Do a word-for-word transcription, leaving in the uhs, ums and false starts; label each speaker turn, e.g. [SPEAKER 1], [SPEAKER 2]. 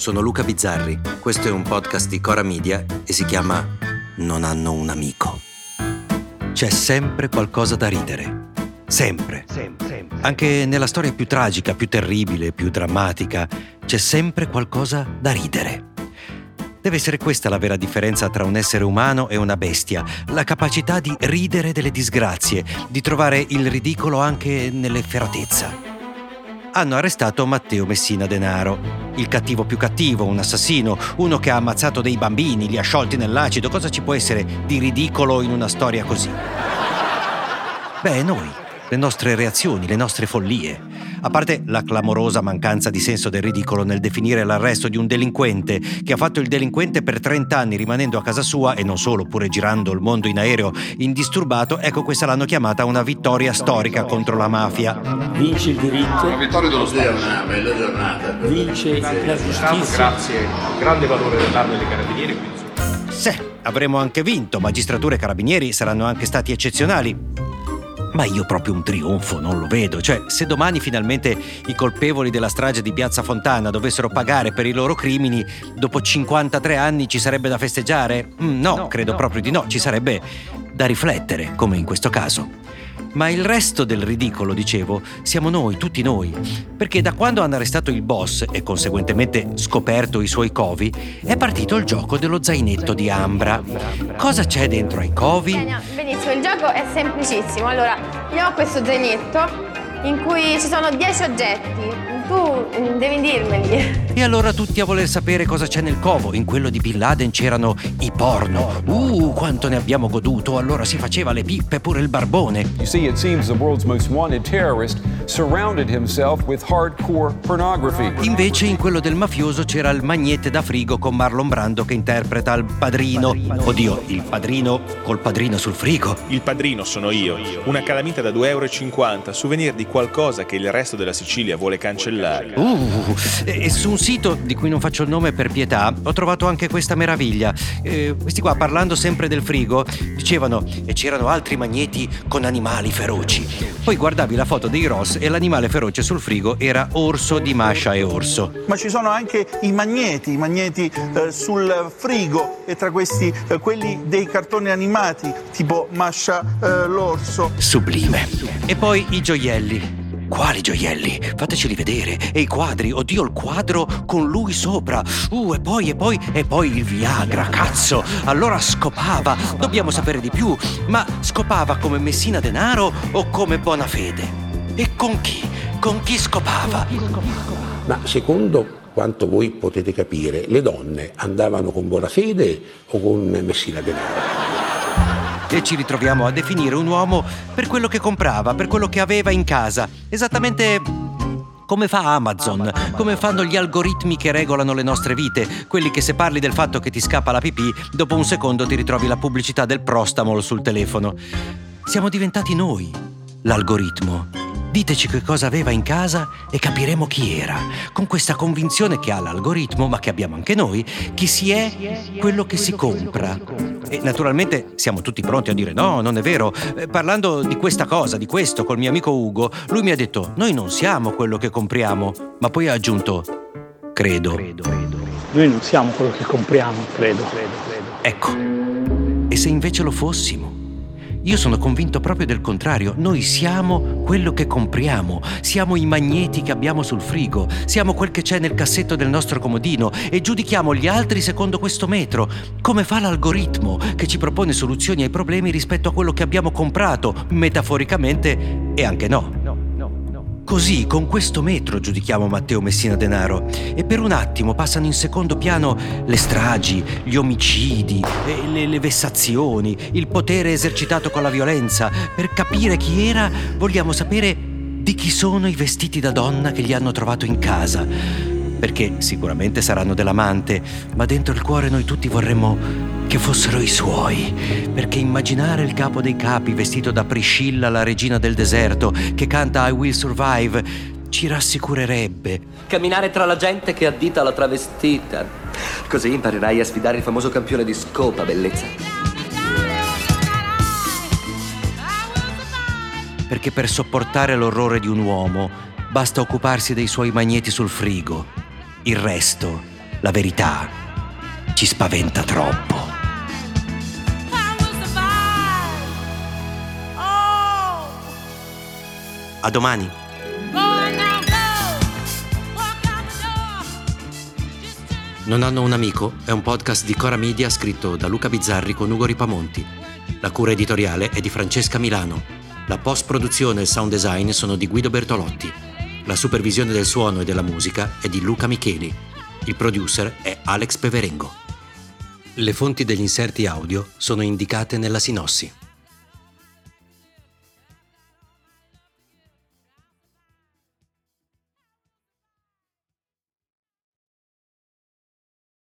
[SPEAKER 1] sono Luca Bizzarri, questo è un podcast di Cora Media e si chiama Non hanno un amico. C'è sempre qualcosa da ridere, sempre. Anche nella storia più tragica, più terribile, più drammatica, c'è sempre qualcosa da ridere. Deve essere questa la vera differenza tra un essere umano e una bestia, la capacità di ridere delle disgrazie, di trovare il ridicolo anche nell'efferatezza. Hanno arrestato Matteo Messina Denaro, il cattivo più cattivo, un assassino, uno che ha ammazzato dei bambini, li ha sciolti nell'acido. Cosa ci può essere di ridicolo in una storia così? Beh, noi, le nostre reazioni, le nostre follie. A parte la clamorosa mancanza di senso del ridicolo nel definire l'arresto di un delinquente che ha fatto il delinquente per trenta anni rimanendo a casa sua e non solo, pure girando il mondo in aereo indisturbato, ecco, questa l'hanno chiamata una vittoria storica contro la mafia.
[SPEAKER 2] Vince il diritto,
[SPEAKER 3] una vittoria dello Stato, una bella giornata.
[SPEAKER 2] Vince la giustizia.
[SPEAKER 4] Grazie al grande valore dell'Arma dei Carabinieri.
[SPEAKER 1] Sì, avremo anche vinto, magistratura e carabinieri saranno anche stati eccezionali. Ma io proprio un trionfo non lo vedo. Cioè, se domani finalmente i colpevoli della strage di Piazza Fontana dovessero pagare per i loro crimini, dopo cinquantatré anni ci sarebbe da festeggiare? Mm, no, no, credo no, proprio di no. Ci sarebbe da riflettere, come in questo caso. Ma il resto del ridicolo, dicevo, siamo noi, tutti noi. Perché da quando hanno arrestato il boss e conseguentemente scoperto i suoi covi, è partito il gioco dello zainetto di Ambra. Cosa c'è dentro ai covi?
[SPEAKER 5] Benissimo, il gioco è semplicissimo. Allora, abbiamo questo zainetto in cui ci sono dieci oggetti. Tu devi dirmeli.
[SPEAKER 1] E allora tutti a voler sapere cosa c'è nel covo. In quello di Bin Laden c'erano i porno. Uh, quanto ne abbiamo goduto. Allora si faceva le pippe, pure il barbone.
[SPEAKER 6] You see, it seems the world's most wanted terrorist surrounded himself with hardcore pornography.
[SPEAKER 1] Invece in quello del mafioso c'era il magnete da frigo con Marlon Brando che interpreta il padrino. Oddio, il padrino col padrino sul frigo.
[SPEAKER 4] Il padrino sono io. Una calamita da due euro e cinquanta, souvenir di qualcosa che il resto della Sicilia vuole cancellare.
[SPEAKER 1] Uh, e su un sito di cui non faccio il nome per pietà ho trovato anche questa meraviglia. Eh, questi qua, parlando sempre del frigo, dicevano e c'erano altri magneti con animali feroci. Poi guardavi la foto dei Ross e l'animale feroce sul frigo era Orso di Masha e Orso.
[SPEAKER 7] Ma ci sono anche i magneti, i magneti eh, sul frigo, e tra questi eh, quelli dei cartoni animati tipo Masha eh, l'orso.
[SPEAKER 1] Sublime. E poi i gioielli. Quali gioielli? Fateceli vedere. E i quadri, oddio, il quadro con lui sopra. Uh, e poi, e poi, e poi il Viagra, cazzo. Allora scopava, dobbiamo sapere di più. Ma scopava come Messina Denaro o come Bonafede? E con chi? Con chi scopava?
[SPEAKER 8] Ma secondo quanto voi potete capire, le donne andavano con Bonafede o con Messina Denaro?
[SPEAKER 1] E ci ritroviamo a definire un uomo per quello che comprava, per quello che aveva in casa. Esattamente come fa Amazon, come fanno gli algoritmi che regolano le nostre vite, quelli che se parli del fatto che ti scappa la pipì, dopo un secondo ti ritrovi la pubblicità del Prostamol sul telefono. Siamo diventati noi, l'algoritmo. Diteci che cosa aveva in casa e capiremo chi era, con questa convinzione che ha l'algoritmo, ma che abbiamo anche noi, chi si è quello che si compra. E naturalmente siamo tutti pronti a dire no, non è vero. Eh, parlando di questa cosa, di questo, col mio amico Ugo, lui mi ha detto noi non siamo quello che compriamo, ma poi ha aggiunto credo.
[SPEAKER 2] Noi non siamo quello che compriamo, credo.
[SPEAKER 1] Ecco, e se invece lo fossimo? Io sono convinto proprio del contrario. Noi siamo quello che compriamo, siamo i magneti che abbiamo sul frigo, siamo quel che c'è nel cassetto del nostro comodino e giudichiamo gli altri secondo questo metro, come fa l'algoritmo che ci propone soluzioni ai problemi rispetto a quello che abbiamo comprato, metaforicamente e anche no. Così, con questo metro giudichiamo Matteo Messina Denaro e per un attimo passano in secondo piano le stragi, gli omicidi, le, le vessazioni, il potere esercitato con la violenza. Per capire chi era, vogliamo sapere di chi sono i vestiti da donna che gli hanno trovato in casa. Perché sicuramente saranno dell'amante, ma dentro il cuore noi tutti vorremmo che fossero i suoi, perché immaginare il capo dei capi vestito da Priscilla, la regina del deserto, che canta I Will Survive, ci rassicurerebbe.
[SPEAKER 9] Camminare tra la gente che addita la travestita, così imparerai a sfidare il famoso campione di scopa, bellezza.
[SPEAKER 1] Perché per sopportare l'orrore di un uomo basta occuparsi dei suoi magneti sul frigo. Il resto La verità ci spaventa troppo. A domani. Non hanno un amico è un podcast di Cora Media scritto da Luca Bizzarri con Ugo Ripamonti. La cura editoriale è di Francesca Milano. La post-produzione e il sound design sono di Guido Bertolotti. La supervisione del suono e della musica è di Luca Micheli. Il producer è Alex Peverengo. Le fonti degli inserti audio sono indicate nella sinossi.